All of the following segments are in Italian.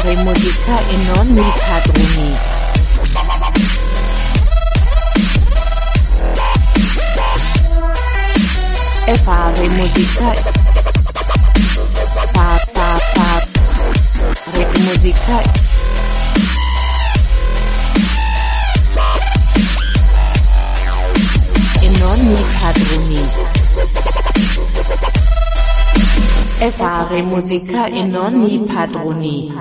fare musica e non i padroni. E fare musica musica e non i padroni. E fare musica e non i padroni.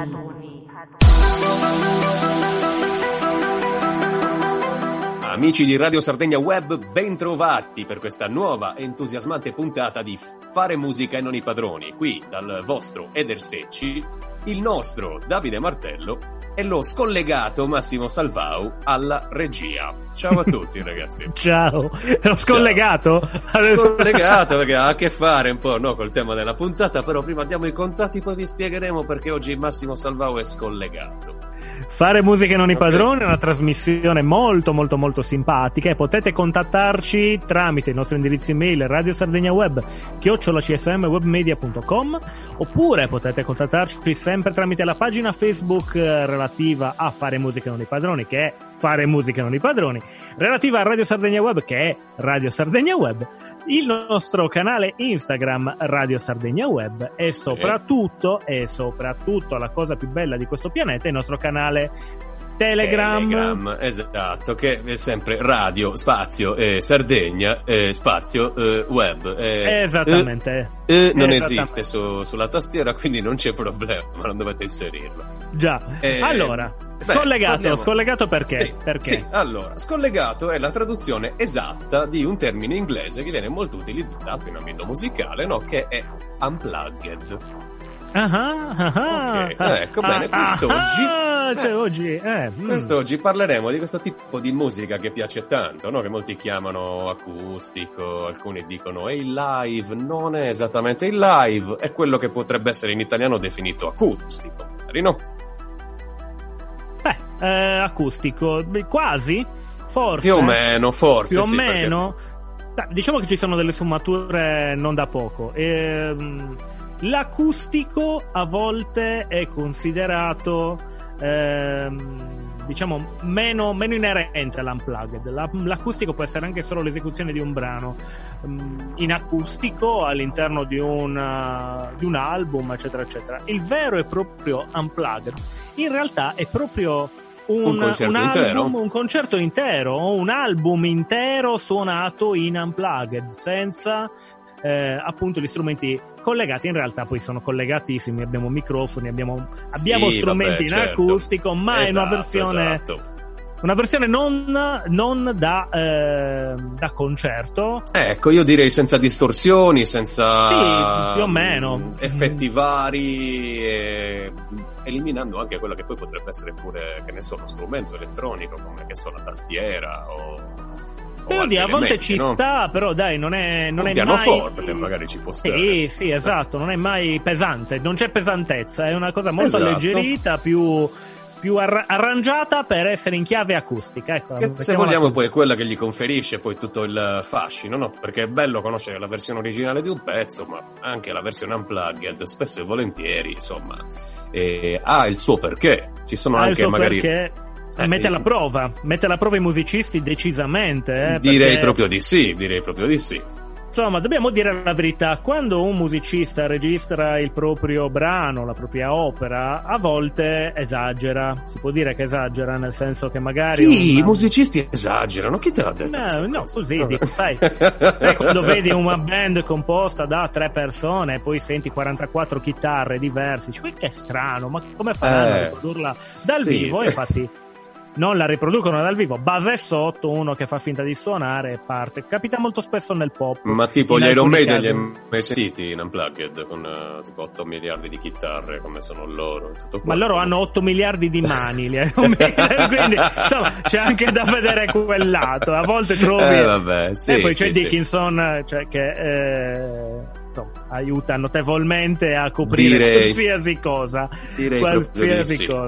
Amici di Radio Sardegna Web, ben trovati per questa nuova entusiasmante puntata di Fare musica e non i padroni. Qui dal vostro Eder Secci, il nostro Davide Martello e lo scollegato Massimo Salvau alla regia. Ciao a tutti ragazzi. Ciao, l'ho scollegato? Ciao. Scollegato perché ha a che fare un po', no, col tema della puntata, però prima diamo i contatti, poi vi spiegheremo perché oggi Massimo Salvau è scollegato. Fare musica e non i padroni è una trasmissione molto molto molto simpatica e potete contattarci tramite il nostro indirizzo email radiosardegnaweb@csmwebmedia.com, oppure potete contattarci sempre tramite la pagina Facebook relativa a Fare musica e non i padroni, che è Fare musica e non i padroni, relativa a Radio Sardegna Web, che è Radio Sardegna Web, il nostro canale Instagram Radio Sardegna Web e soprattutto la cosa più bella di questo pianeta, il nostro canale Telegram, esatto, che è sempre Radio Spazio Sardegna Spazio Web. Esattamente. Non esiste sulla tastiera, quindi non c'è problema, non dovete inserirlo. Già. Allora, scollegato perché? Sì, perché? Sì, allora, scollegato è la traduzione esatta di un termine inglese che viene molto utilizzato in ambito musicale, no? Che è unplugged. Okay. Ecco, bene, quest'oggi parleremo di questo tipo di musica che piace tanto, no? Che molti chiamano acustico, alcuni dicono è il live, non è esattamente il live, è quello che potrebbe essere in italiano definito acustico, no? Acustico, quasi, forse. Più o meno, forse. Più o sì, meno. Perché... Diciamo che ci sono delle sfumature non da poco. L'acustico a volte è considerato diciamo meno inerente all'unplugged. L'acustico può essere anche solo l'esecuzione di un brano in acustico all'interno di un album, eccetera eccetera. Il vero e proprio unplugged in realtà è proprio un concerto intero o un album intero suonato in unplugged senza appunto gli strumenti collegati. In realtà poi sono collegatissimi, abbiamo microfoni, abbiamo strumenti in acustico, ma è una versione non da concerto. Ecco, io direi senza distorsioni, senza più o meno effetti vari, eliminando anche quello che poi potrebbe essere pure, che ne so, uno strumento elettronico come, che so, la tastiera o a volte ci sta, però dai, non è pianoforte mai... magari ci può stare. Sì, esatto, non è mai pesante, non c'è pesantezza, è una cosa molto alleggerita, più arrangiata per essere in chiave acustica, ecco. Che se vogliamo poi è quella che gli conferisce poi tutto il fascino, no? Perché è bello conoscere la versione originale di un pezzo, ma anche la versione unplugged spesso e volentieri, insomma, ha il suo perché. Ci sono anche magari perché... mette alla prova i musicisti decisamente. Direi proprio di sì. Insomma, dobbiamo dire la verità, quando un musicista registra il proprio brano, la propria opera, a volte esagera, si può dire che esagera, nel senso che magari... I musicisti esagerano, chi te l'ha detto? No, così dico, sai, quando vedi una band composta da 3 persone e poi senti 44 chitarre diverse, dici, che è strano, ma come faranno a riprodurla dal vivo? Infatti non la riproducono dal vivo, base sotto, uno che fa finta di suonare e parte. Capita molto spesso nel pop. Ma tipo gli Iron Maiden li hai mai sentiti in unplugged con tipo 8 miliardi di chitarre come sono loro? Ma loro hanno 8 miliardi di mani, gli Iron Maiden, quindi insomma c'è anche da vedere quel lato. A volte trovi e poi c'è Dickinson, cioè che aiuta notevolmente a coprire qualsiasi cosa. Direi qualsiasi cosa.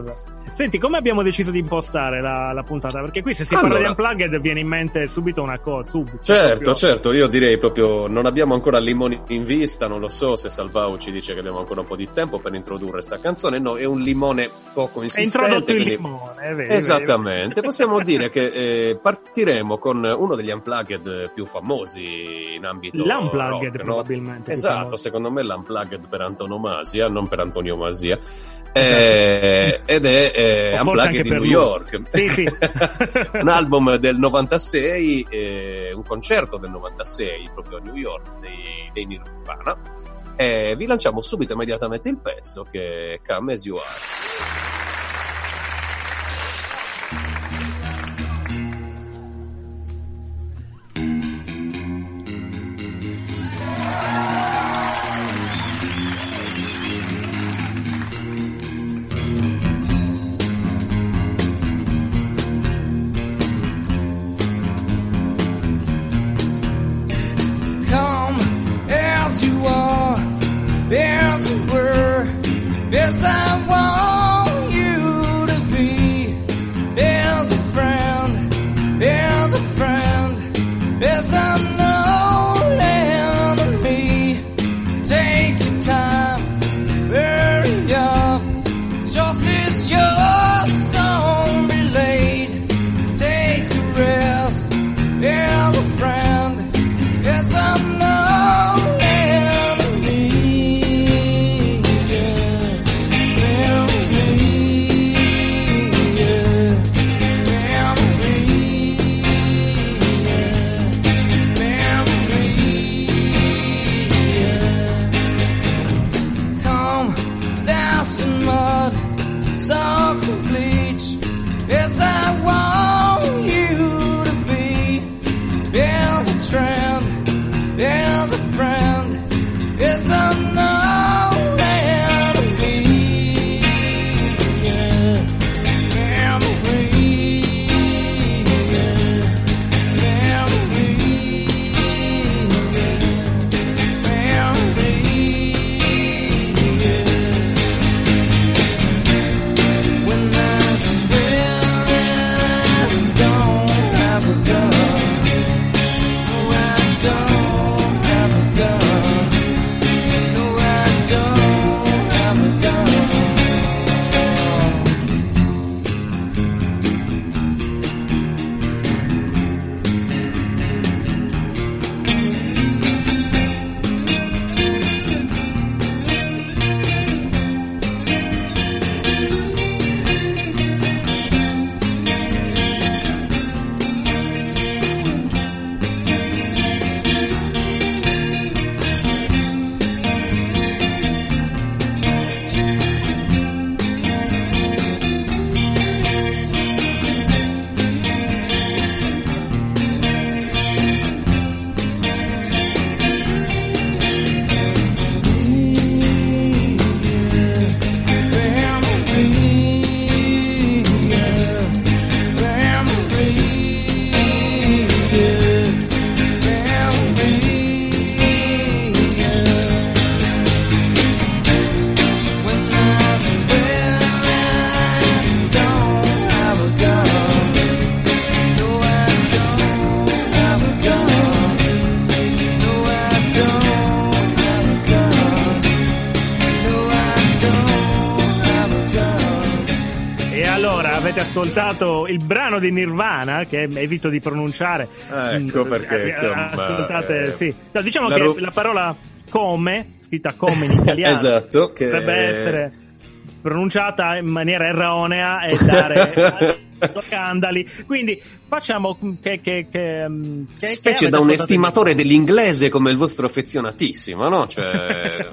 Senti, come abbiamo deciso di impostare la puntata? Perché qui se si parla di Unplugged viene in mente subito una cosa. Certo, io direi proprio non abbiamo ancora limoni in vista, non lo so se Salvau ci dice che abbiamo ancora un po' di tempo per introdurre sta canzone, no, è un limone poco insistente. È introdotto quindi... il limone, è vero. Esattamente, possiamo dire che partiremo con uno degli Unplugged più famosi in ambito l'Unplugged rock, probabilmente. No? Esatto, secondo me l'Unplugged per antonomasia, non per antoniomasia. Esatto. Ed è Unplugged in New York. Sì. Un album del 96, un concerto del 96 proprio a New York dei Nirvana. E vi lanciamo subito immediatamente il pezzo che è Come As You Are. As you were, as I want you to be, as a friend, as unknown enemy. Take your time, hurry up, choice is yours, don't be late. Take a rest, as a friend, as unknown. avete ascoltato il brano di Nirvana, che evito di pronunciare. Ecco perché, insomma... Ascoltate, sì. No, diciamo che la parola come, scritta come in italiano, esatto, che dovrebbe essere pronunciata in maniera erronea e dare scandali. Quindi facciamo che specie da un estimatore dell'inglese come il vostro affezionatissimo, no? Cioè...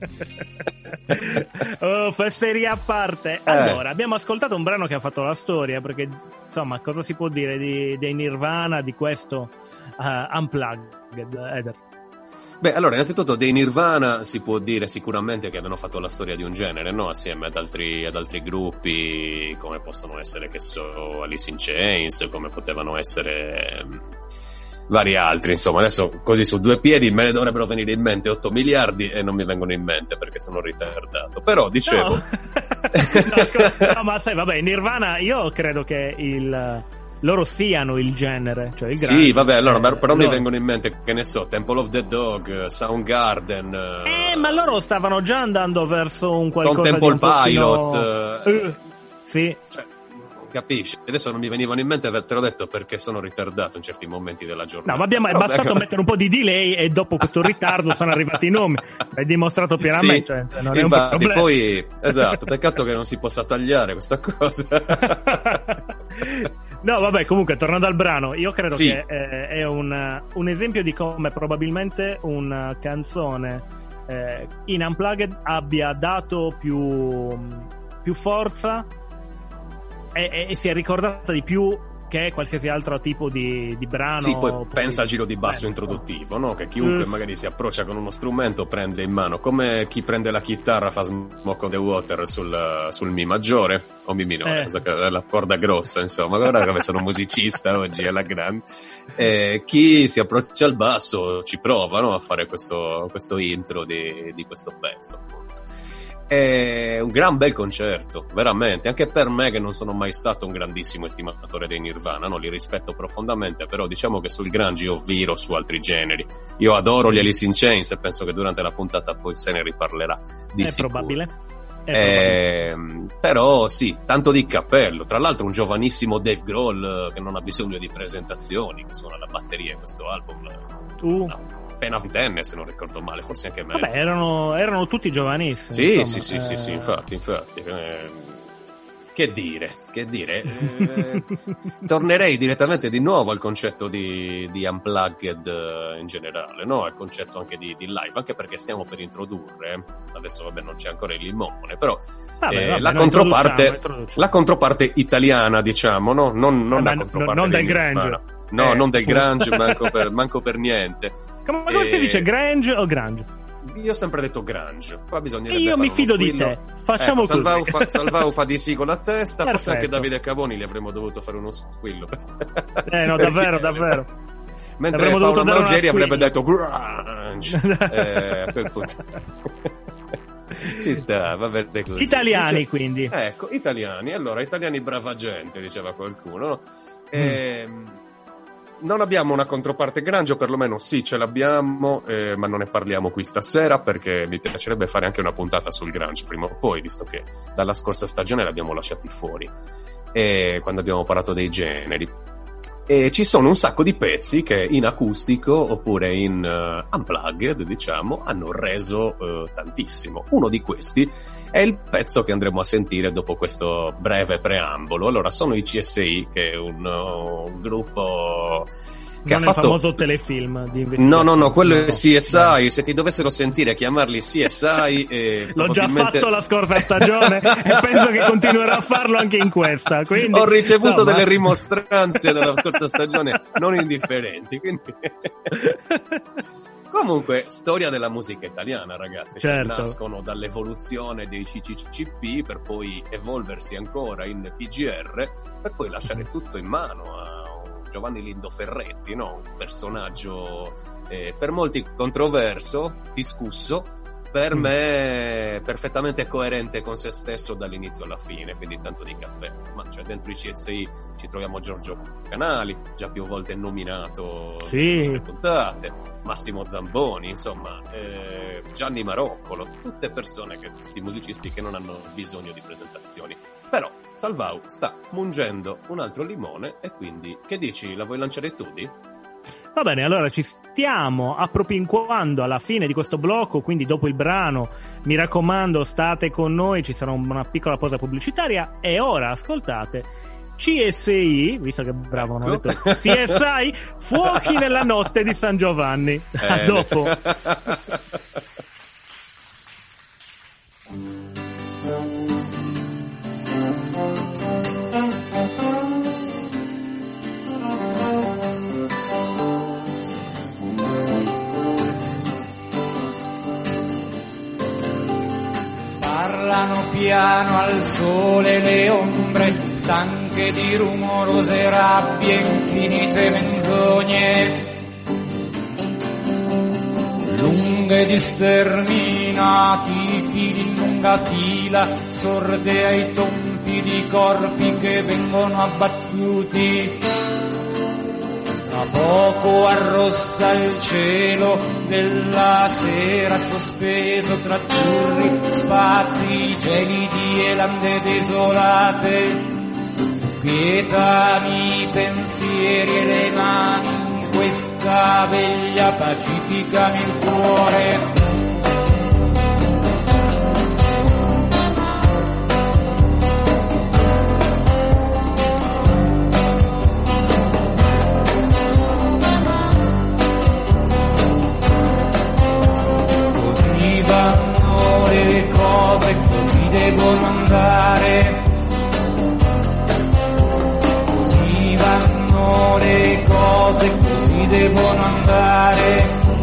oh, fesseria a parte. Allora, abbiamo ascoltato un brano che ha fatto la storia, perché insomma, cosa si può dire dei Nirvana, di questo Unplugged? Beh, allora, innanzitutto dei Nirvana si può dire sicuramente che abbiano fatto la storia di un genere, no? Assieme ad altri gruppi, come possono essere, che so, Alice in Chains, come potevano essere vari altri, insomma. Adesso così su due piedi me ne dovrebbero venire in mente 8 miliardi e non mi vengono in mente perché sono ritardato. Però, dicevo... No. No, ma sai, vabbè, Nirvana, io credo che loro siano il genere, cioè il grunge. Sì, vabbè, allora, però mi vengono in mente, che ne so, Temple of the Dog, Soundgarden. Ma loro stavano già andando verso un qualcosa Stone Temple di un Pilots. Sì. Cioè, capisci? Adesso non mi venivano in mente, te l'ho detto, perché sono ritardato in certi momenti della giornata. No, ma è bastato mettere un po' di delay e dopo questo ritardo sono arrivati i nomi. Hai dimostrato pienamente, sì, cioè, non infatti, è un problema. poi, esatto, peccato che non si possa tagliare questa cosa. No, vabbè, comunque, tornando al brano, io credo sì. che è un esempio di come probabilmente una canzone in Unplugged abbia dato più forza e si è ricordata di più che qualsiasi altro tipo di brano. Sì, poi pensa al giro di basso introduttivo, no? Che chiunque magari si approccia con uno strumento prende in mano, come chi prende la chitarra fa Smoke on the Water sul Mi maggiore o Mi minore, la corda grossa, insomma. Guarda come sono musicista oggi, è la grande. Chi si approccia al basso ci prova, no? A fare questo intro di questo pezzo, appunto. È un gran bel concerto, veramente, anche per me che non sono mai stato un grandissimo estimatore dei Nirvana, no? Li rispetto profondamente, però diciamo che sul grunge io viro su altri generi. Io adoro gli Alice in Chains e penso che durante la puntata poi se ne riparlerà di sicuro. Probabile. Però sì, tanto di cappello. Tra l'altro un giovanissimo Dave Grohl che non ha bisogno di presentazioni, che suona la batteria in questo album. No. Appena ventenne, se non ricordo male, forse anche meglio. Vabbè, erano tutti giovanissimi. Sì, infatti. Che dire? Tornerei direttamente di nuovo al concetto di Unplugged in generale, no? Al concetto anche di live, anche perché stiamo per introdurre, adesso vabbè non c'è ancora il limone, però la controparte italiana, diciamo, no? Non la controparte non del grunge. No, non del grunge, manco per niente. Come si dice, grunge o grunge? Io ho sempre detto grunge. Qua bisognerebbe io fare mi fido di te. Facciamo così. Salvau fa di sì con la testa. Perfetto. Forse anche Davide Cavoni gli avremmo dovuto fare uno squillo. No, davvero. Mentre Paolo Maugeri avrebbe detto grunge. A quel punto. Ci sta, va bene così. Italiani, quindi. Ecco, italiani. Allora, italiani brava gente, diceva qualcuno. Non abbiamo una controparte grunge, o perlomeno sì, ce l'abbiamo, ma non ne parliamo qui stasera perché mi piacerebbe fare anche una puntata sul grunge prima o poi, visto che dalla scorsa stagione l'abbiamo lasciati fuori quando abbiamo parlato dei generi. E ci sono un sacco di pezzi che in acustico oppure in unplugged, diciamo, hanno reso tantissimo. Uno di questi è il pezzo che andremo a sentire dopo questo breve preambolo. Allora, sono i CSI, che è un gruppo che non ha fatto... il famoso telefilm di investigazione. No, quello è CSI. Se ti dovessero sentire chiamarli CSI, l'ho già fatto la scorsa stagione e penso che continuerò a farlo anche in questa. Quindi, ho ricevuto delle rimostranze dalla scorsa stagione non indifferenti. Quindi... Comunque, storia della musica italiana, ragazzi. Certo. Cioè, nascono dall'evoluzione dei CCCP per poi evolversi ancora in PGR per poi lasciare tutto in mano a Giovanni Lindo Ferretti, no? Un personaggio per molti controverso, discusso, per me perfettamente coerente con se stesso dall'inizio alla fine, quindi tanto di cappello. Ma cioè, dentro i CSI ci troviamo Giorgio Canali, già più volte nominato nelle nostre puntate, Massimo Zamboni, insomma, Gianni Maroccolo, tutte musicisti che non hanno bisogno di presentazioni. Però Salvau sta mungendo un altro limone e quindi, che dici, la vuoi lanciare tu, Di? Va bene, allora ci stiamo appropinquando alla fine di questo blocco, quindi dopo il brano, mi raccomando, state con noi, ci sarà una piccola pausa pubblicitaria e ora ascoltate CSI, visto che bravo, non ho detto CSI, Fuochi nella notte di San Giovanni. A dopo. Parlano piano al sole le ombre, stanche di rumorose rabbie, infinite menzogne. Lungo lunghe di sterminati, fili in lunga fila, sorde ai tonfi di corpi che vengono abbattuti. Tra poco arrossa il cielo della sera, sospeso tra azzurri spazi gelidi e lande desolate. Quietami i pensieri e le mani, in questa veglia pacificami il cuore. Così vanno le cose, così devono andare. Le cose così devono andare,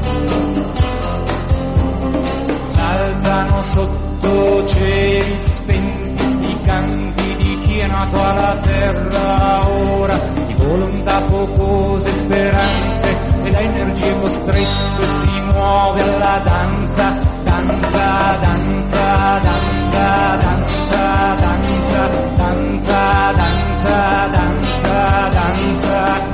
saltano sotto cieli spenti i canti di chi è nato alla terra ora, di volontà focose speranze e da energie costrette si muove alla danza, danza, danza, danza, danza, danza, danza, danza, danza, danza.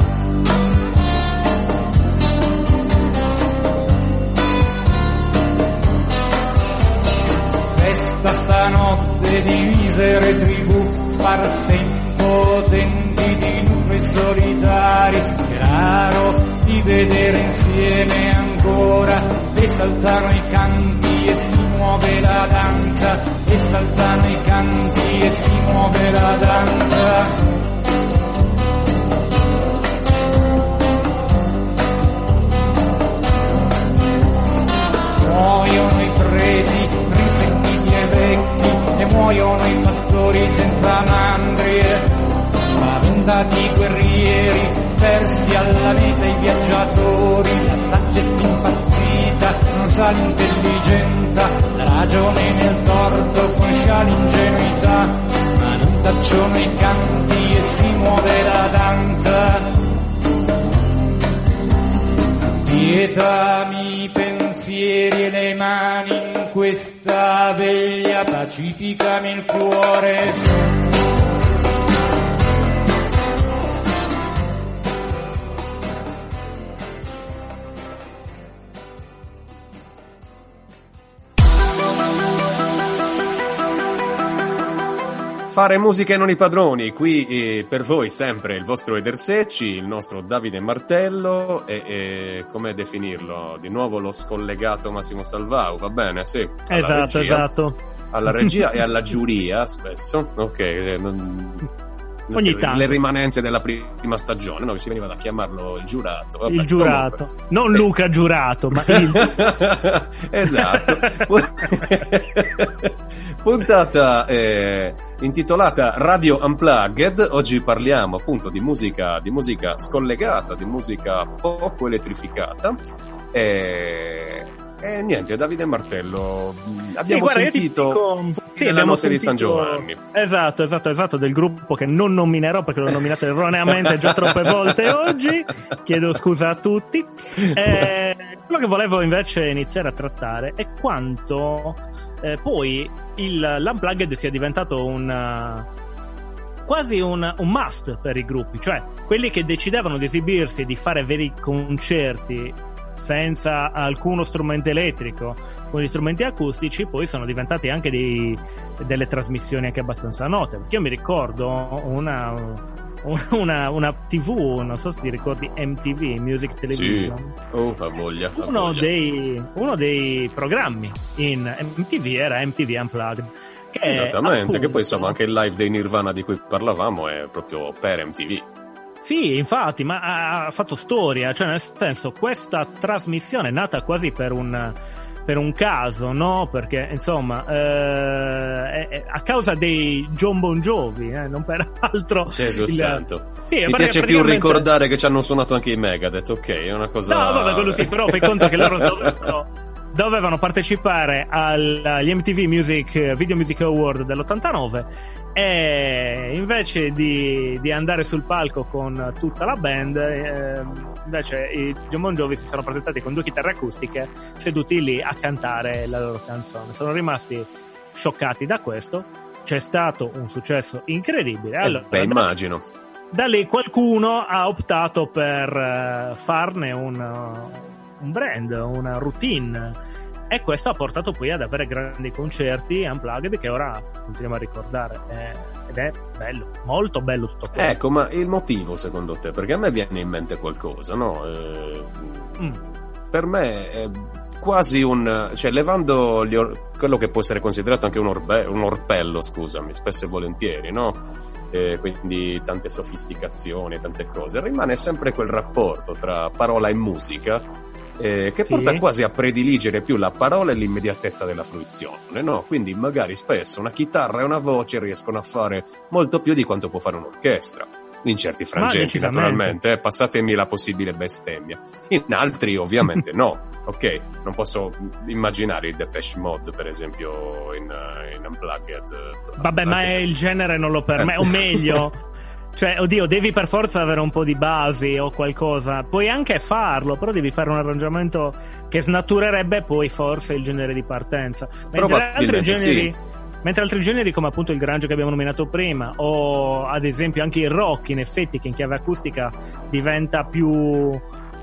Festa stanotte di misere tribù, sparse in potenti di nube solitari, che raro di vedere insieme ancora, e s'alzano i canti e si muove la danza, e s'alzano i canti e si muove la danza. Muoiono i preti risentiti e vecchi, e muoiono i pastori senza mandrie, spaventati i guerrieri, persi alla meta i viaggiatori, la saggezza impazzita non sa l'intelligenza, la ragione nel torto conscia l'ingenuità, ma non tacciono i canti e si muove la danza. Quietami i pensieri e le mani, in questa veglia pacificami il cuore. Fare musica e non i padroni, qui per voi sempre il vostro Eder Secci, il nostro Davide Martello e come definirlo? Di nuovo lo scollegato Massimo Salvau, va bene? Sì. Esatto, regia, esatto. Alla regia e alla giuria spesso, ok, ogni tanto. Le rimanenze della prima stagione, no? Che ci veniva da chiamarlo il giurato. Vabbè, il giurato, comunque. Non Luca Giurato, ma il... Esatto. Puntata intitolata Radio Unplugged. Oggi parliamo appunto di musica scollegata, di musica poco elettrificata. E niente, Davide Martello, abbiamo sentito la notte di San Giovanni. Esatto, del gruppo che non nominerò perché l'ho nominato erroneamente già troppe volte oggi. Chiedo scusa a tutti. Quello che volevo invece iniziare a trattare è quanto poi l'Unplugged sia diventato quasi un must per i gruppi, cioè quelli che decidevano di esibirsi, di fare veri concerti senza alcuno strumento elettrico, con gli strumenti acustici, poi sono diventati anche delle trasmissioni anche abbastanza note. Perché io mi ricordo una TV, non so se ti ricordi, MTV, Music Television. Sì. Ha voglia. Uno dei programmi in MTV era MTV Unplugged. Esattamente, appunto, che poi insomma anche il live dei Nirvana di cui parlavamo è proprio per MTV. Sì, infatti, ma ha fatto storia, cioè nel senso, questa trasmissione è nata quasi per un caso, no? Perché insomma a causa dei John Bon Jovi, non per altro. Gesù santo. Sì, mi piace più ricordare che ci hanno suonato anche i Megadeth, ok, è una cosa. No, vabbè, quello sì, però fai conto che loro dovevano partecipare agli MTV Video Music Award dell'89 e invece di andare sul palco con tutta la band invece i Jon Bon Jovi si sono presentati con 2 chitarre acustiche seduti lì a cantare la loro canzone. Sono rimasti scioccati da questo, c'è stato un successo incredibile. Allora, immagino. Da lì qualcuno ha optato per farne un brand, una routine, e questo ha portato poi ad avere grandi concerti unplugged che ora continuiamo a ricordare, ed è bello, molto bello tutto questo. Ecco, ma il motivo secondo te? Perché a me viene in mente qualcosa, no? Per me è quasi cioè levando quello che può essere considerato anche un orpello, scusami, spesso e volentieri, no? Quindi tante sofisticazioni, tante cose, rimane sempre quel rapporto tra parola e musica, che porta quasi a prediligere più la parola e l'immediatezza della fruizione, no? Quindi magari spesso una chitarra e una voce riescono a fare molto più di quanto può fare un'orchestra, in certi frangenti naturalmente, passatemi la possibile bestemmia, in altri ovviamente no. Ok, non posso immaginare il Depeche Mode per esempio in Unplugged. Vabbè, ma il genere non lo permette, o meglio cioè, oddio, devi per forza avere un po' di basi o qualcosa, puoi anche farlo, però devi fare un arrangiamento che snaturerebbe poi forse il genere di partenza. Mentre altri generi come appunto il grunge che abbiamo nominato prima, o ad esempio anche il rock, in effetti, che in chiave acustica diventa più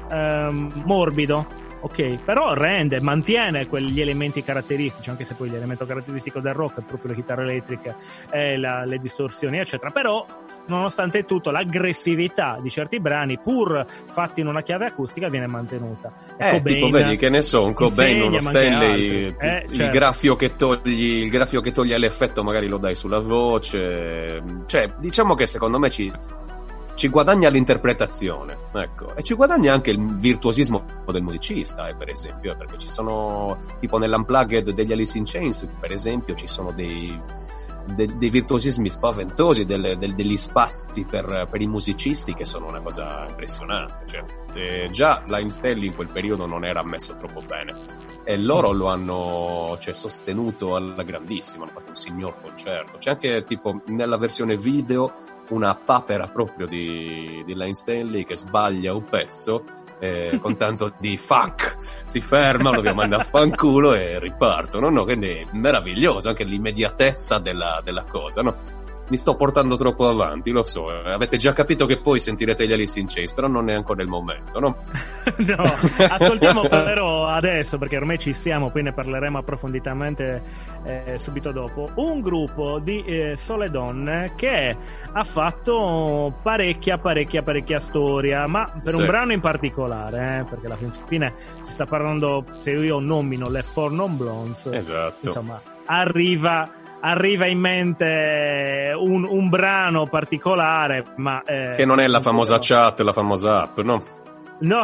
morbido, ok, però mantiene quegli elementi caratteristici, anche se poi l'elemento caratteristico del rock è proprio le chitarre elettriche e le distorsioni eccetera, però nonostante tutto l'aggressività di certi brani, pur fatti in una chiave acustica, viene mantenuta. Cobain, tipo vedi che ne so, un Cobain, uno Stanley, certo. il graffio che togli all'effetto magari lo dai sulla voce, cioè diciamo che secondo me ci guadagna l'interpretazione, ecco, e ci guadagna anche il virtuosismo del musicista, per esempio, perché ci sono, tipo nell'Unplugged degli Alice in Chains, per esempio, ci sono dei virtuosismi spaventosi, degli spazi per i musicisti che sono una cosa impressionante, cioè, già Lime Staley in quel periodo non era messo troppo bene e loro lo hanno sostenuto alla grandissima, hanno fatto un signor concerto. C'è anche tipo nella versione video una papera proprio di Lime Staley che sbaglia un pezzo, con tanto di fuck si ferma, lo manda a fanculo e ripartono, no? Quindi è meraviglioso anche l'immediatezza della cosa, no? Mi sto portando troppo avanti, lo so, avete già capito che poi sentirete gli Alice in Chains, però non è ancora il momento, no? No, ascoltiamo però adesso, perché ormai ci siamo, poi ne parleremo approfonditamente subito dopo, un gruppo di sole donne che ha fatto parecchia storia, ma per un brano in particolare, perché alla fine si sta parlando, se io nomino le Four Non Blondes, esatto, insomma, arriva in mente un brano particolare, ma che non è la famosa chat, la famosa app, no? No.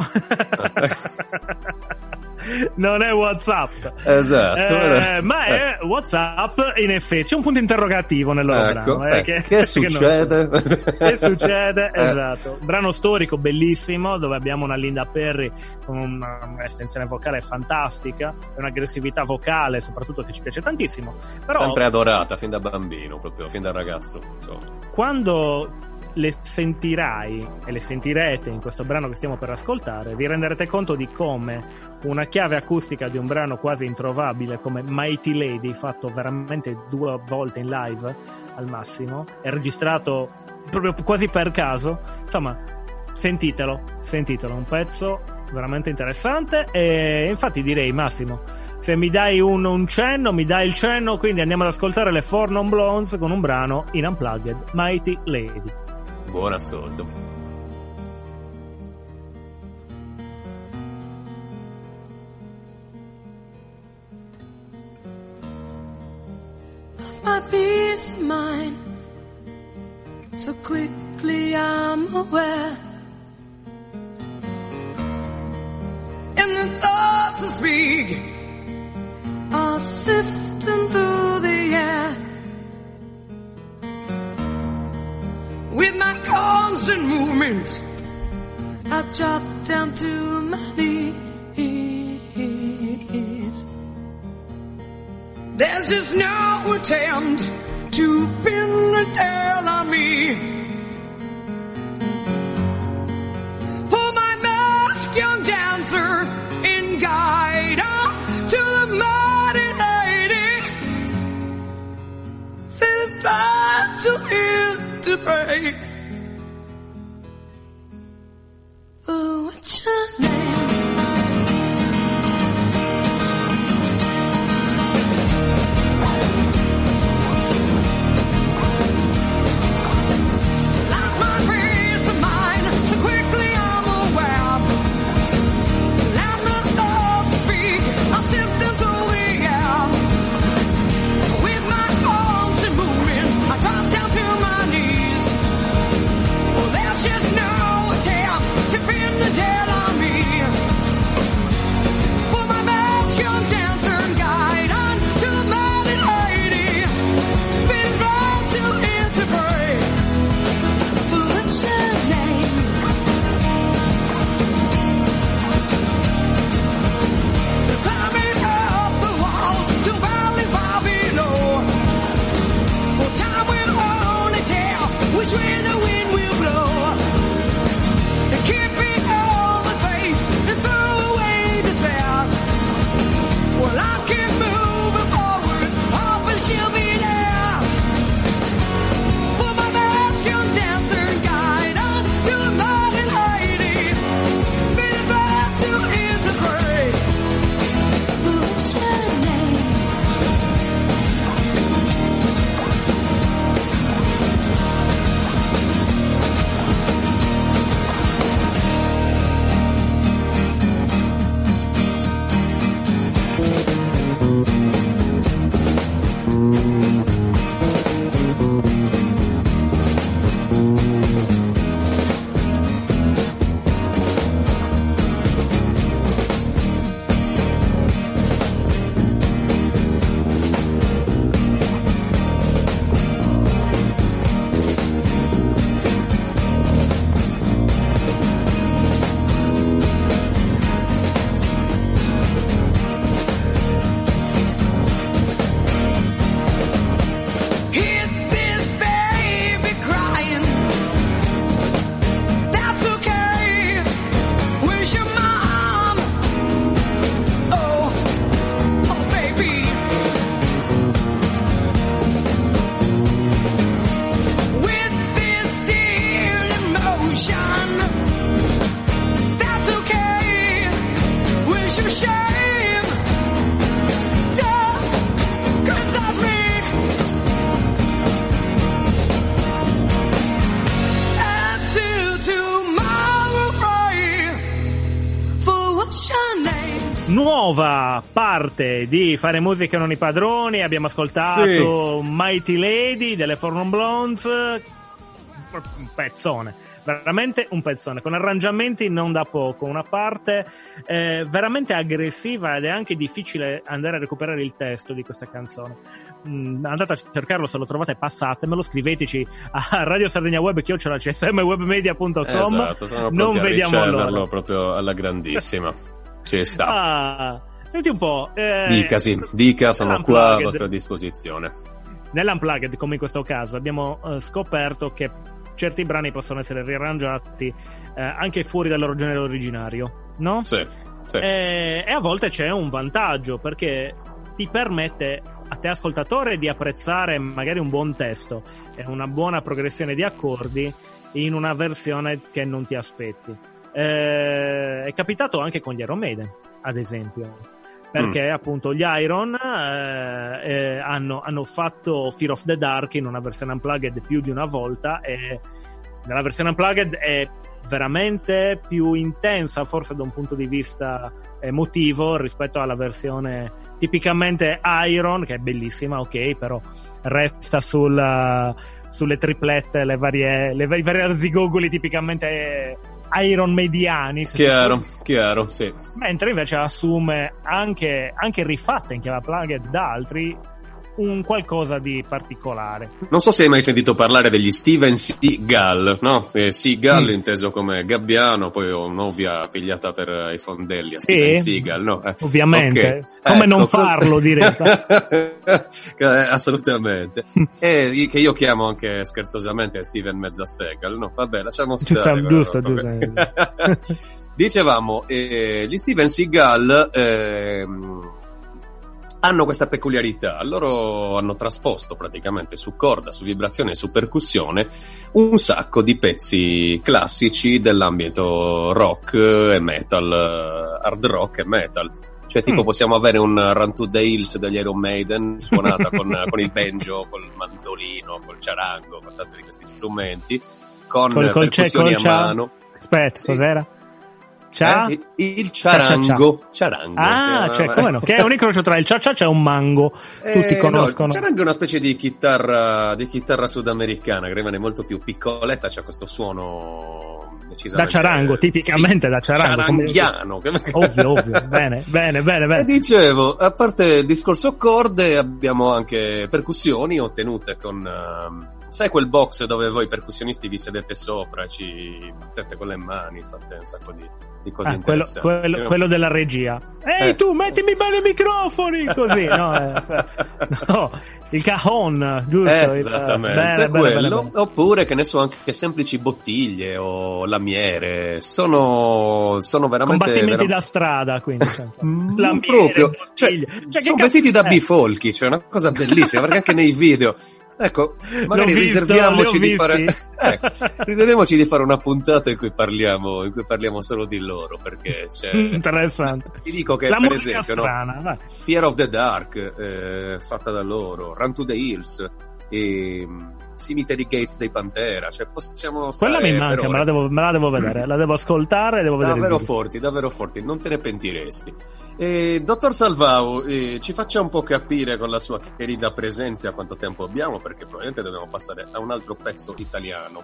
Non è WhatsApp, esatto, ma è WhatsApp. In effetti c'è un punto interrogatiavo nel loro brano, che succede? Che succede? Esatto, brano storico bellissimo, dove abbiamo una Linda Perry con un'estensione vocale fantastica e un'aggressività vocale soprattutto che ci piace tantissimo, però sempre adorata fin da bambino, proprio fin da ragazzo, insomma. Quando le sentirai e le sentirete in questo brano che stiamo per ascoltare, vi renderete conto di come una chiave acustica di un brano quasi introvabile come Mighty Lady, fatto veramente 2 volte in live al massimo, è registrato proprio quasi per caso, insomma sentitelo, un pezzo veramente interessante. E infatti direi, Massimo, se mi dai un cenno, mi dai il cenno, quindi andiamo ad ascoltare le Four Non Blondes con un brano in Unplugged, Mighty Lady. Buon ascolto. Lost my peace of mind so quickly, I'm aware, and the thoughts I speak are sifting through the air. With my constant movement, I've dropped down to my knees. There's just no attempt to pin the tail on me. Pull my pray. Oh, what's your name? Nuova parte di Fare musica non i padroni. Abbiamo ascoltato Mighty Lady delle Four Non Blondes, un pezzone, veramente un pezzone, con arrangiamenti non da poco, una parte veramente aggressiva, ed è anche difficile andare a recuperare il testo di questa canzone. Andate a cercarlo, se lo trovate passatemelo, scriveteci a Radio Sardegna Web @csmwebmedia.com. Esatto, sono non pronti a vediamo riceverlo l'ora. proprio alla grandissima. Ci sta. Senti un po', dica, sono qua a vostra disposizione. Nell'Unplugged, come in questo caso, abbiamo scoperto che certi brani possono essere riarrangiati anche fuori dal loro genere originario, no? Sì. E a volte c'è un vantaggio, perché ti permette a te ascoltatore di apprezzare magari un buon testo e una buona progressione di accordi in una versione che non ti aspetti. È capitato anche con gli Iron Maiden, ad esempio, perché appunto gli Iron hanno fatto Fear of the Dark in una versione Unplugged più di una volta, e nella versione Unplugged è veramente più intensa, forse da un punto di vista emotivo, rispetto alla versione tipicamente Iron, che è bellissima, ok, però resta sulle triplette, i vari arzigogoli tipicamente Iron mediani, chiaro, sì. Mentre invece assume anche rifatta in chiave Unplugged da altri un qualcosa di particolare. Non so se hai mai sentito parlare degli Steven Seagal, no? Seagal inteso come gabbiano, poi ho un'ovvia pigliata per i fondelli a Steven Seagal, no? Ovviamente. Okay. Come non farlo, diretta. Assolutamente. E che io chiamo anche scherzosamente Steven Mezza Seagal, no? Vabbè, lasciamo stare. Giusto. Dicevamo, gli Steven Seagal hanno questa peculiarità. Loro hanno trasposto praticamente su corda, su vibrazione e su percussione un sacco di pezzi classici dell'ambito rock e metal, hard rock e metal. Cioè tipo possiamo avere un Run to the Hills degli Iron Maiden suonata con il banjo, col mandolino, col charango, con tanti di questi strumenti, con percussioni a mano. Aspetta, sì. Cos'era? Il charango. Ah, cioè, come no? Che è un incrocio tra il cha-cha e un mango. Tutti conoscono. No, il charango è una specie di chitarra sudamericana che rimane molto più piccoletta, c'ha questo suono da charango, tipicamente, sì, da charango, charanghiano. Ovvio. Bene. E dicevo, a parte il discorso corde, abbiamo anche percussioni ottenute con sai quel box dove voi percussionisti vi sedete sopra, ci mettete con le mani, fate un sacco di cose interessanti. Quello della regia. Ehi tu, mettimi bene i microfoni, così, no, il cajon, giusto? Esattamente, bene. Oppure, che ne so, anche semplici bottiglie o lamiere, sono veramente... Combattimenti da strada, quindi. Non proprio, cioè sono vestiti da bifolchi, cioè una cosa bellissima, perché anche nei video... Ecco, magari riserviamoci di fare una puntata in cui parliamo solo di loro, perché c'è interessante. Ti dico che la per esempio strana, Fear of the Dark, fatta da loro, Run to the Hills, Cemetery Gates dei Pantera, cioè possiamo stare. Quella mi manca, me la devo vedere, la devo ascoltare, devo vedere. Davvero forti, non te ne pentiresti. Dottor Salvau, ci faccia un po' capire con la sua querida presenza quanto tempo abbiamo, perché probabilmente dobbiamo passare a un altro pezzo italiano.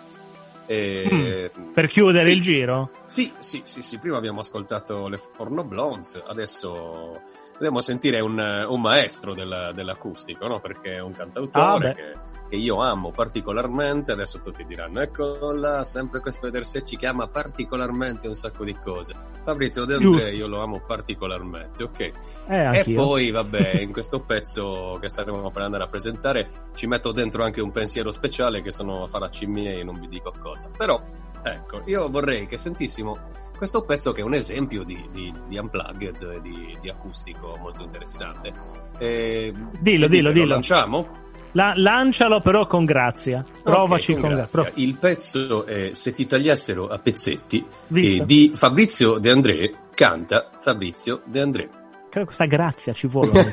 Per chiudere il giro? Sì, prima abbiamo ascoltato le Forno Blondes, adesso dobbiamo sentire un maestro dell'acustico, no? Perché è un cantautore che io amo particolarmente. Adesso tutti diranno, eccolo là, sempre questo Ederse ci chiama particolarmente un sacco di cose. Fabrizio De André, io lo amo particolarmente, ok? E poi, vabbè, in questo pezzo che staremo per andare a presentare ci metto dentro anche un pensiero speciale che sono faracci miei, non vi dico cosa. Però, ecco, io vorrei che sentissimo questo pezzo che è un esempio di unplugged, di acustico molto interessante. Dillo. Lo lanciamo? Lancialo però con grazia. Provaci con grazia. Il pezzo è Se ti tagliassero a pezzetti, di Fabrizio De André, canta Fabrizio De André. Credo questa grazia ci vuole.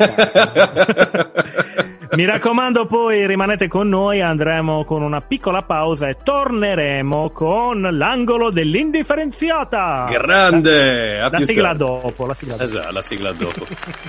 Mi raccomando, poi rimanete con noi, andremo con una piccola pausa e torneremo con l'angolo dell'indifferenziata. Grande! La sigla dopo. Esatto, la sigla dopo.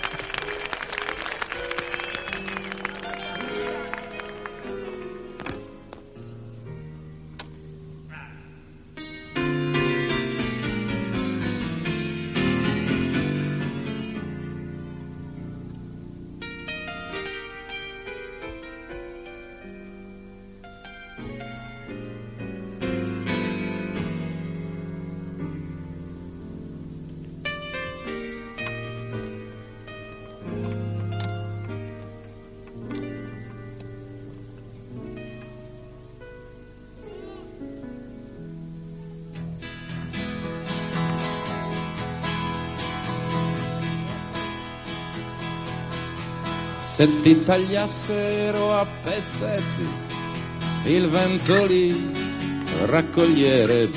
Se ti tagliassero a pezzetti, il vento li raccoglierebbe.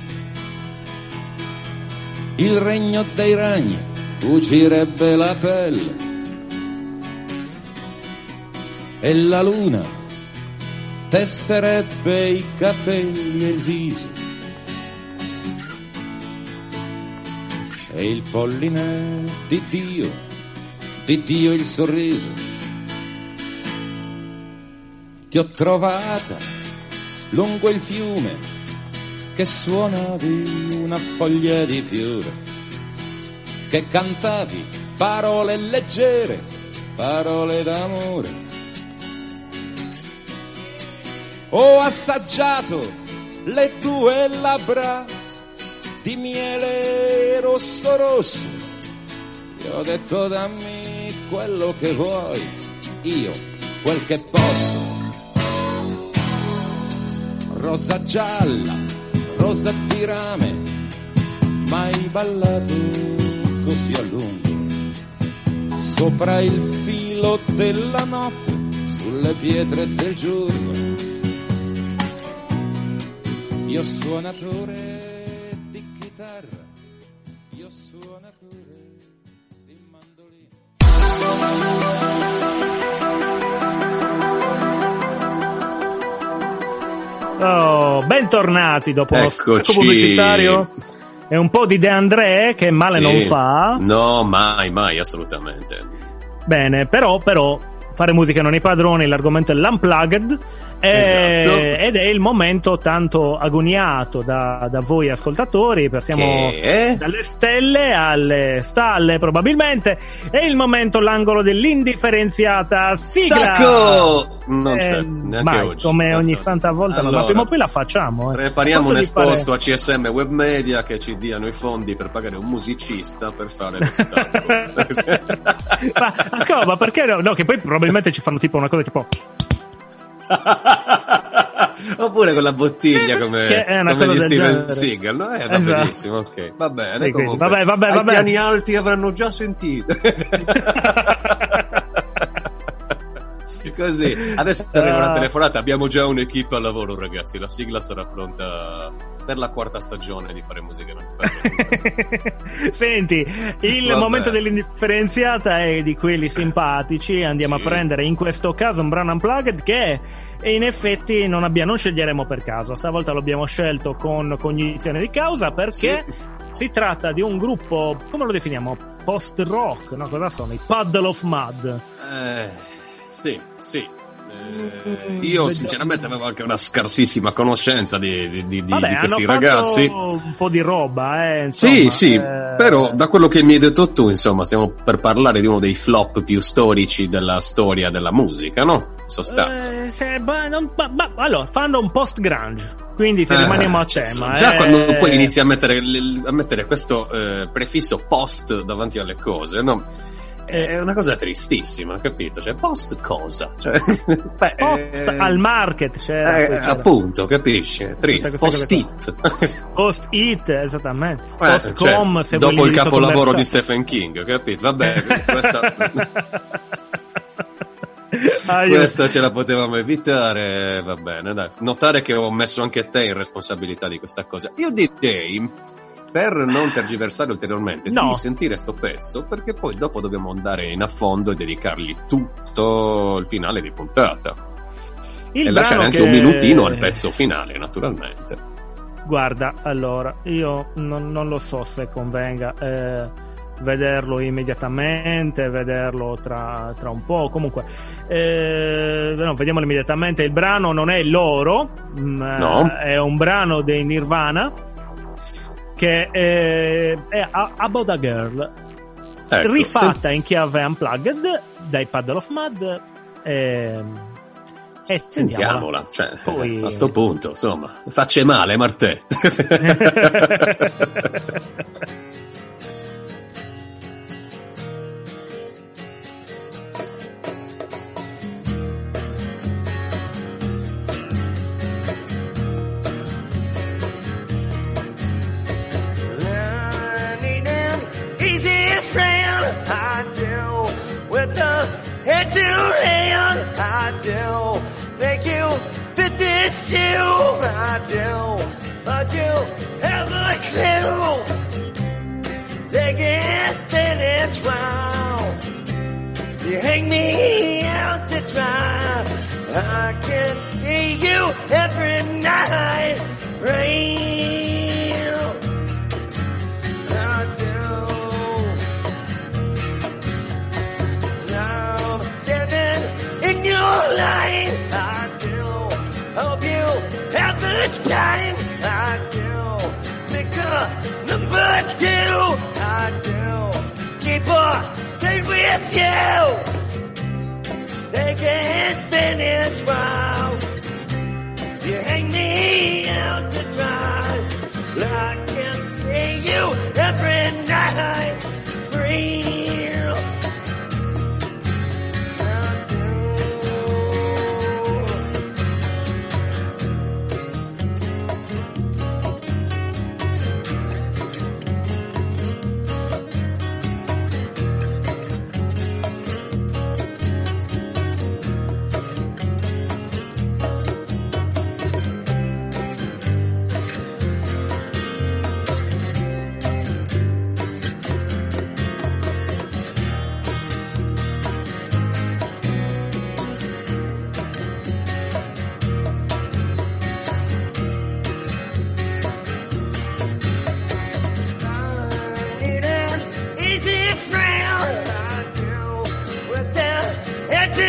Il regno dei ragni cucirebbe la pelle e la luna tesserebbe i capelli e il viso e il polline di Dio il sorriso. Ti ho trovata lungo il fiume che suonavi una foglia di fiore, che cantavi parole leggere, parole d'amore. Ho assaggiato le tue labbra di miele rosso rosso, ti ho detto dammi quello che vuoi, io quel che posso. Rosa gialla, rosa di rame, mai ballato così a lungo. sopra il filo della notte, sulle pietre del giorno. Io suonatore di chitarra, io suonatore di mandolino. Oh, bentornati dopo uno stacco Eccoci. pubblicitario e un po' di De André che male Sì. non fa. No, mai, assolutamente. Bene, però fare musica non i padroni, l'argomento è l'Unplugged Esatto. ed è il momento tanto agoniato da voi ascoltatori, passiamo Che? dalle stelle alle stalle probabilmente, è il momento, l'angolo dell'indifferenziata sigla. Stacco! Non c'è, neanche mai, oggi. come ogni Passa. santa volta, ma Allora, prima o poi la facciamo. Prepariamo un Posso di esposto a CSM Web Media che ci diano i fondi per pagare un musicista per fare lo stacco. ma perché no, che poi probabilmente ci fanno tipo una cosa tipo Oppure con la bottiglia come Che è una come cosa gli del Steven genere. Seagal, no? Va Esatto. benissimo, ok, va bene. Sì, quindi, Comunque, vabbè. ai piani alti avranno già sentito. Così, adesso arriva una telefonata, abbiamo già un'equipe al lavoro, ragazzi, la sigla sarà pronta per la 4ª stagione di Fare Musica non i padroni. Senti, il Vabbè. momento dell'indifferenziata è di quelli simpatici. Andiamo Sì. a prendere in questo caso un brano unplugged che in effetti non sceglieremo per caso. Stavolta l'abbiamo scelto con cognizione di causa perché si tratta di un gruppo, come lo definiamo? Post rock, no? Cosa sono? I Puddle of Mud. Sì. Io sinceramente avevo anche una scarsissima conoscenza di Vabbè, questi hanno ragazzi. fatto un po' di roba, insomma, Sì, però da quello che mi hai detto tu, insomma, stiamo per parlare di uno dei flop più storici della storia della musica, no? In sostanza. Allora, fanno un post grunge. Quindi se rimaniamo a tema, già quando poi inizi a mettere questo prefisso post davanti alle cose, no? È una cosa tristissima, capito? Cioè, post cosa? Cioè, post al market, appunto, capisci? È triste. Post it. Post it, esattamente. Post com, se dopo il capolavoro di Stephen King, capito? Vabbè, questa ce la potevamo evitare, va bene, dai. Notare che ho messo anche te in responsabilità di questa cosa. Io direi, per non tergiversare ulteriormente, di sentire sto pezzo, perché poi dopo dobbiamo andare in affondo e dedicargli tutto il finale di puntata. E lasciare anche un minutino al pezzo finale, naturalmente. Guarda, allora, io non lo so se convenga vederlo immediatamente, vederlo tra un po'. Comunque, vediamolo immediatamente. Il brano non è loro, è un brano dei Nirvana, che è About a Girl, ecco, rifatta in chiave unplugged dai Puddle of Mud, e sentiamola, cioè, poi... a sto punto, insomma, facce male, Martè. Head to hand, I do. Think you fit this too, I do. But you have a clue. Take it, then it's wrong. You hang me out to dry. I can see you every night. Rain, I do. In your line, I do. Hope you have the time, I do. Pick a number 2, I do. Keep a date with you. Take a spinach while you hang me out to dry. I can see you every night. Free.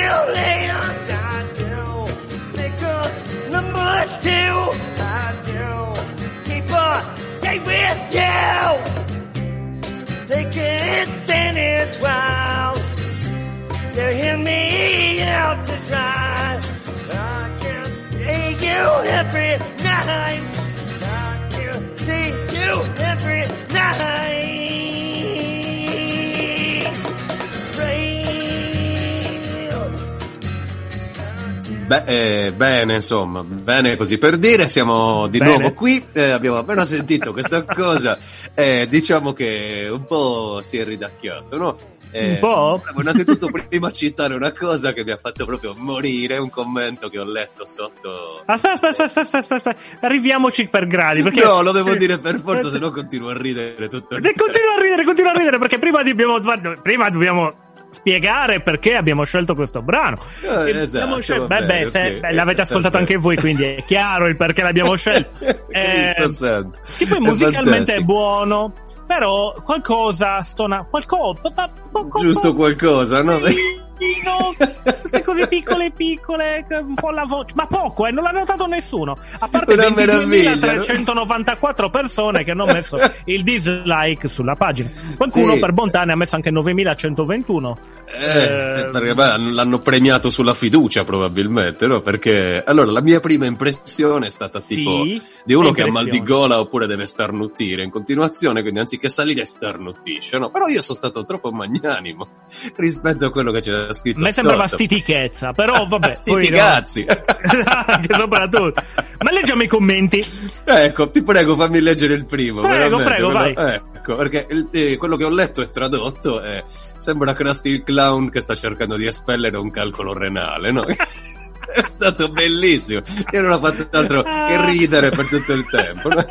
still Leon. I do. Make a number 2. I do. Keep a day with you. Take it then it's wild. You hear me out to dry. I can see you every night. I can see you every night. Bene, insomma, bene così per dire, siamo di nuovo qui, abbiamo appena sentito questa cosa, diciamo che un po' si è ridacchiato, no? Un po'? Innanzitutto prima citare una cosa che mi ha fatto proprio morire, un commento che ho letto sotto. Aspetta, arriviamoci per gradi, perché... No, lo devo dire per forza, se no continuo a ridere tutto il tempo. Continua a ridere, perché prima dobbiamo spiegare perché abbiamo scelto questo brano. Esatto, l'avete ascoltato anche voi, quindi è chiaro il perché l'abbiamo scelto. Cristo santo. Che poi musicalmente è buono, però qualcosa stona, giusto qualcosa, no? Queste cose piccole, un po' la voce, ma poco, non l'ha notato nessuno, a parte una meraviglia, 22.394 persone che hanno messo il dislike sulla pagina. Qualcuno per bontà ne ha messo anche 9.121. Perché l'hanno premiato sulla fiducia probabilmente, no? Perché allora la mia prima impressione è stata tipo di uno che ha mal di gola oppure deve starnutire in continuazione, quindi anziché salire starnutisce, no? Però io sono stato troppo magnanimo rispetto a quello che c'era scritto. A me sembrava stitichezza, però vabbè. Stiticazzi. Anche soprattutto. Ma leggiamo i commenti. Ecco, ti prego, fammi leggere il primo. Prego, vai. Ecco, perché quello che ho letto e tradotto è: sembra Krusty il clown che sta cercando di espellere un calcolo renale, no? È stato bellissimo. Io non ho fatto altro che ridere per tutto il tempo, no?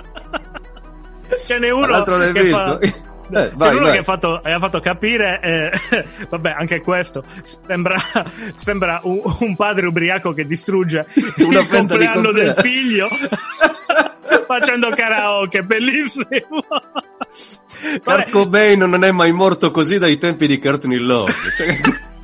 Ce n'è uno l'altro l'hai visto? Vai. Che ha fatto capire, vabbè, anche questo sembra un padre ubriaco che distrugge una il festa di compleanno del figlio facendo karaoke, bellissimo. Kurt Cobain non è mai morto così dai tempi di Courtney Love, cioè...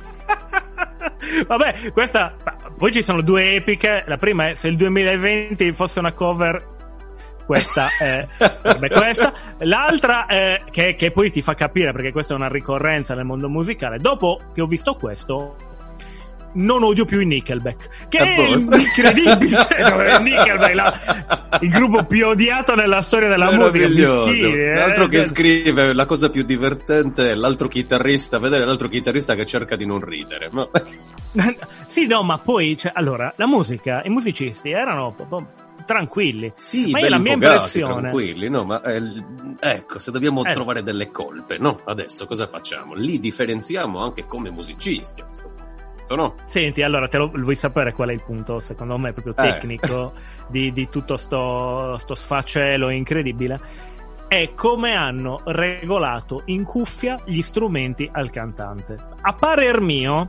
Vabbè, questa poi ci sono due epiche. La prima è: se il 2020 fosse una cover, questa è questa. L'altra è che poi ti fa capire, perché questa è una ricorrenza nel mondo musicale. Dopo che ho visto questo, non odio più i Nickelback, che è incredibile. Nickelback, il gruppo più odiato nella storia della musica. L'altro che scrive la cosa più divertente è l'altro chitarrista, vedere l'altro chitarrista che cerca di non ridere. Ma... sì, no, ma poi allora la musica, i musicisti erano tranquilli. Sì, ma belli la mia infogati, impressione, tranquilli, no, ma ecco, se dobbiamo trovare delle colpe, no? Adesso cosa facciamo? Li differenziamo anche come musicisti a questo punto, no? Senti, allora vuoi sapere qual è il punto, secondo me proprio tecnico di tutto sto sfacelo incredibile? È come hanno regolato in cuffia gli strumenti al cantante. A parer mio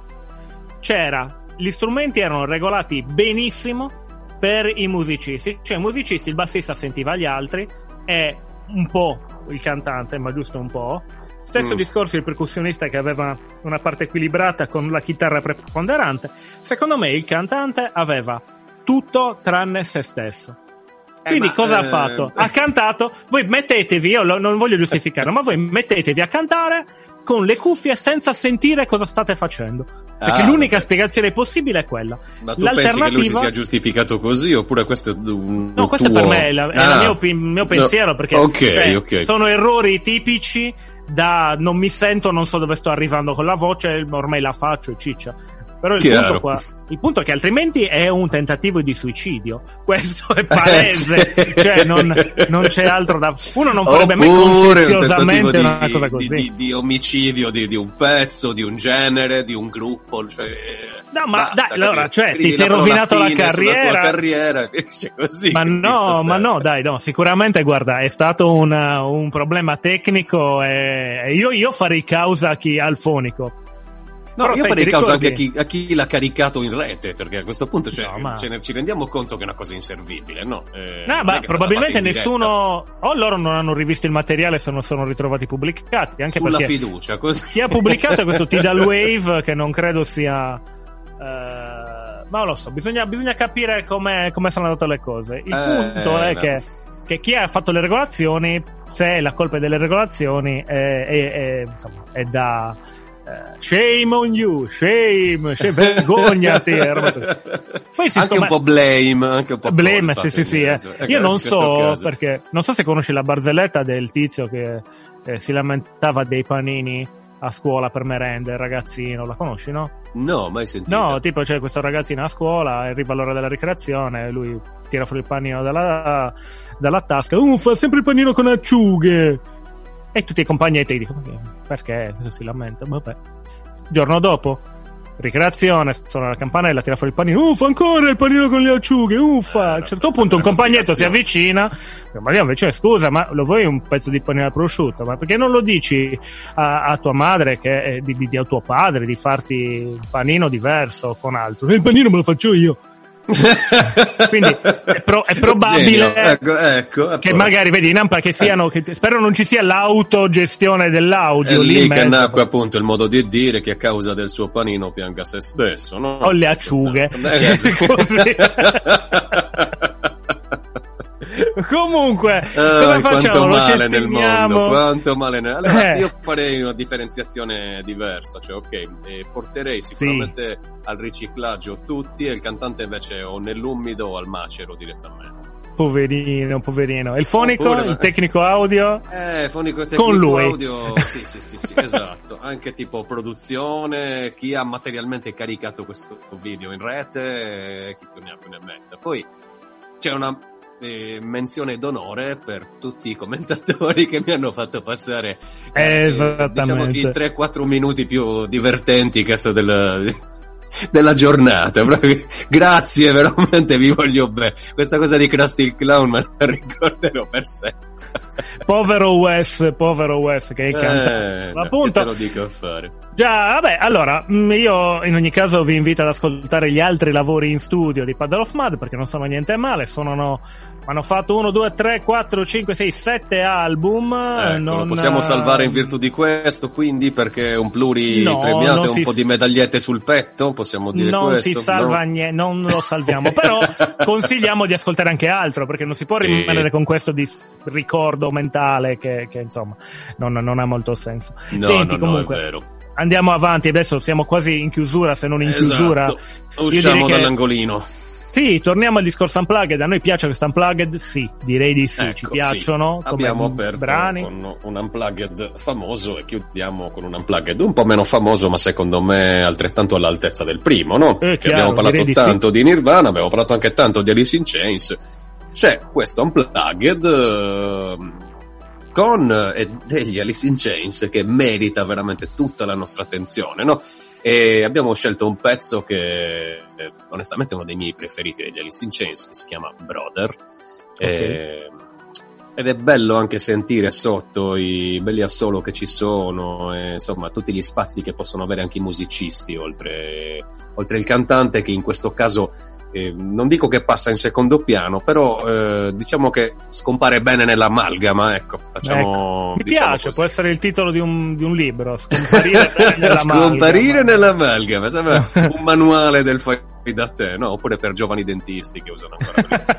gli strumenti erano regolati benissimo per i musicisti, cioè i musicisti, il bassista sentiva gli altri e un po' il cantante, ma giusto un po'. Stesso discorso il percussionista, che aveva una parte equilibrata con la chitarra preponderante. Secondo me il cantante aveva tutto tranne se stesso. Quindi cosa ha fatto? Ha cantato, voi mettetevi, io non voglio giustificare, ma voi mettetevi a cantare con le cuffie senza sentire cosa state facendo. Perché l'unica spiegazione possibile è quella. Ma tu pensi che lui si sia giustificato così, oppure questo è no, questo per me è il mio pensiero, perché okay. Sono errori tipici da non mi sento, non so dove sto arrivando con la voce, ormai la faccio e ciccia. Però il punto è che altrimenti è un tentativo di suicidio. Questo è palese. Cioè non c'è altro da... Uno non farebbe mai consenziosamente una cosa così. Di omicidio di un pezzo, di un genere, di un gruppo. Cioè, no, ma dai, allora, cioè, ti sei rovinato la carriera. Così, ma no, dai, no, sicuramente, guarda, è stato un problema tecnico e io farei causa a chi ha il fonico. No, io farei causa anche a chi l'ha caricato in rete, perché a questo punto ci rendiamo conto che è una cosa inservibile, no? Ma probabilmente nessuno, o loro non hanno rivisto il materiale se non sono ritrovati pubblicati, anche sulla perché fiducia, così. Chi ha pubblicato è questo Tidal Wave, che non credo sia Ma lo so, bisogna capire come sono andate le cose. Il punto è che chi ha fatto le regolazioni, se la colpa è delle regolazioni, insomma, è da shame on you, shame, vergognati. Poi anche un po' blame, anche un po' blame, colpa, sì. Io non so, perché non so se conosci la barzelletta del tizio che si lamentava dei panini a scuola per merenda, il ragazzino, la conosci, no? No, mai sentito. No, tipo c'è questo ragazzino a scuola, arriva l'ora della ricreazione, lui tira fuori il panino dalla tasca, fa sempre il panino con acciughe, e tutti i compagnetti dicono perché? Cosa si lamenta? Vabbè. Giorno dopo, ricreazione, suona la campanella, tira fuori il panino, ancora il panino con le acciughe, a un certo punto un compagnetto si avvicina, ma invece scusa, ma lo vuoi un pezzo di panino al prosciutto? Ma perché non lo dici a tua madre a tuo padre di farti un panino diverso con altro? Il panino me lo faccio io. Quindi è probabile ecco, che magari vedi in Ampa che spero non ci sia l'autogestione dell'audio è lì che mezzo, nacque appunto il modo di dire che a causa del suo panino pianga se stesso, no? O le acciughe così. Comunque come facciamo? Lo cestigniamo? Quanto male allora io farei una differenziazione diversa, cioè porterei sicuramente al riciclaggio tutti e il cantante invece o nell'umido o al macero direttamente. Poverino. Il fonico, il tecnico audio? Fonico e tecnico con lui. Audio, sì, esatto. Anche tipo produzione, chi ha materialmente caricato questo video in rete, chi più ne metta. Poi c'è una menzione d'onore per tutti i commentatori che mi hanno fatto passare diciamo, i 3-4 minuti più divertenti della giornata. Grazie, veramente vi voglio bene. Questa cosa di Krusty il Clown me la ricorderò per sempre. Povero Wes che è cantante. Appunto, te lo dico a fare. Già, vabbè, allora io in ogni caso vi invito ad ascoltare gli altri lavori in studio di Puddle of Mudd, perché non sono niente male, hanno fatto 1, 2, 3, 4, 5, 6, 7 album. Lo possiamo salvare in virtù di questo, quindi, perché un pluripremiato e un po' di medagliette sul petto, possiamo dire non questo? Non si salva niente, non lo salviamo, però consigliamo di ascoltare anche altro, perché non si può rimanere con questo di ricordo mentale che insomma non ha molto senso. Senti, comunque, è vero. Andiamo avanti, adesso siamo quasi in chiusura, se non in chiusura. Usciamo dall'angolino. Sì, torniamo al discorso Unplugged. A noi piace questo Unplugged? Sì, direi di sì, ci piacciono. Sì. Abbiamo aperto brani con un Unplugged famoso e chiudiamo con un Unplugged un po' meno famoso, ma secondo me altrettanto all'altezza del primo, no? Che abbiamo parlato tanto di Nirvana, abbiamo parlato anche tanto di Alice in Chains. C'è questo Unplugged con degli Alice in Chains che merita veramente tutta la nostra attenzione, no? E abbiamo scelto un pezzo che onestamente è uno dei miei preferiti degli Alice in Chains, che si chiama Brother. Ed è bello anche sentire sotto i belli assolo che ci sono, e insomma tutti gli spazi che possono avere anche i musicisti oltre il cantante, che in questo caso non dico che passa in secondo piano, però diciamo che scompare bene nell'amalgama, ecco. Mi piace, così. Può essere il titolo di un libro, scomparire bene nell'amalgama. Scomparire nell'amalgama, sembra un manuale del fai da te, no? Oppure per giovani dentisti che usano ancora questo.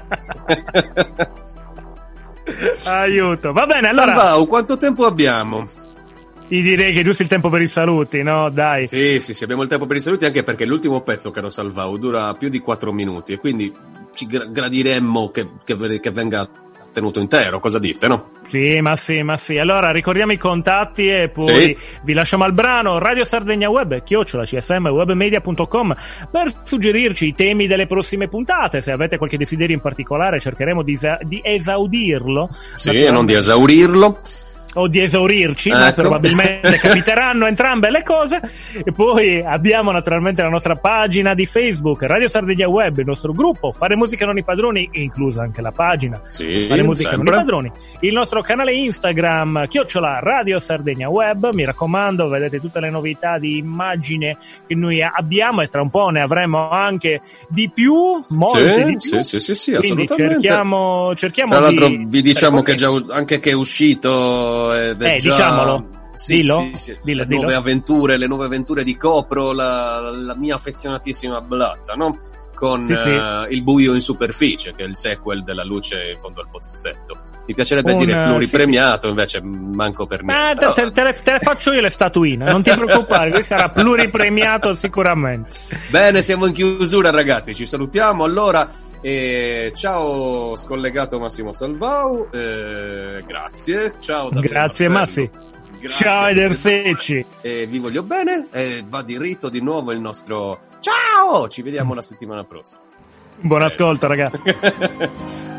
Aiuto, va bene, allora Salvau, quanto tempo abbiamo? Io direi che è giusto il tempo per i saluti, no? Dai. Sì, abbiamo il tempo per i saluti, anche perché l'ultimo pezzo, caro Salvau, dura più di 4 minuti e quindi ci gradiremmo che venga tenuto intero, cosa dite, no? Sì, ma sì. Allora ricordiamo i contatti e poi vi lasciamo al brano. Radio Sardegna Web @csmwebmedia.com per suggerirci i temi delle prossime puntate. Se avete qualche desiderio in particolare cercheremo di esaudirlo. Sì, e non di esaurirlo. O di esaurirci, ecco. No? Probabilmente capiteranno entrambe le cose. E poi abbiamo naturalmente la nostra pagina di Facebook Radio Sardegna Web, il nostro gruppo Fare Musica Non i Padroni, inclusa anche la pagina Fare Musica Non i Padroni, il nostro canale Instagram @Radio Sardegna Web. Mi raccomando, vedete tutte le novità di immagine che noi abbiamo, e tra un po' ne avremo anche di più, molte di più. Sì, quindi cerchiamo tra l'altro vi diciamo che già anche che è uscito. Diciamolo. Dillo. Le nuove avventure di Copro, la mia affezionatissima Blatta, no? Con Il buio in superficie, che è il sequel della Luce in fondo al pozzetto. Mi piacerebbe dire pluripremiato, invece manco per niente. Te le faccio io le statuine, non ti preoccupare, lui sarà pluripremiato sicuramente. Bene, siamo in chiusura, ragazzi, ci salutiamo allora. Ciao scollegato Massimo Salvau, grazie. Ciao grazie Massi. Grazie. Ciao Edersecci. Vi voglio bene. Va diritto di nuovo il nostro ciao. Ci vediamo la settimana prossima. Buon ascolto, ragazzi.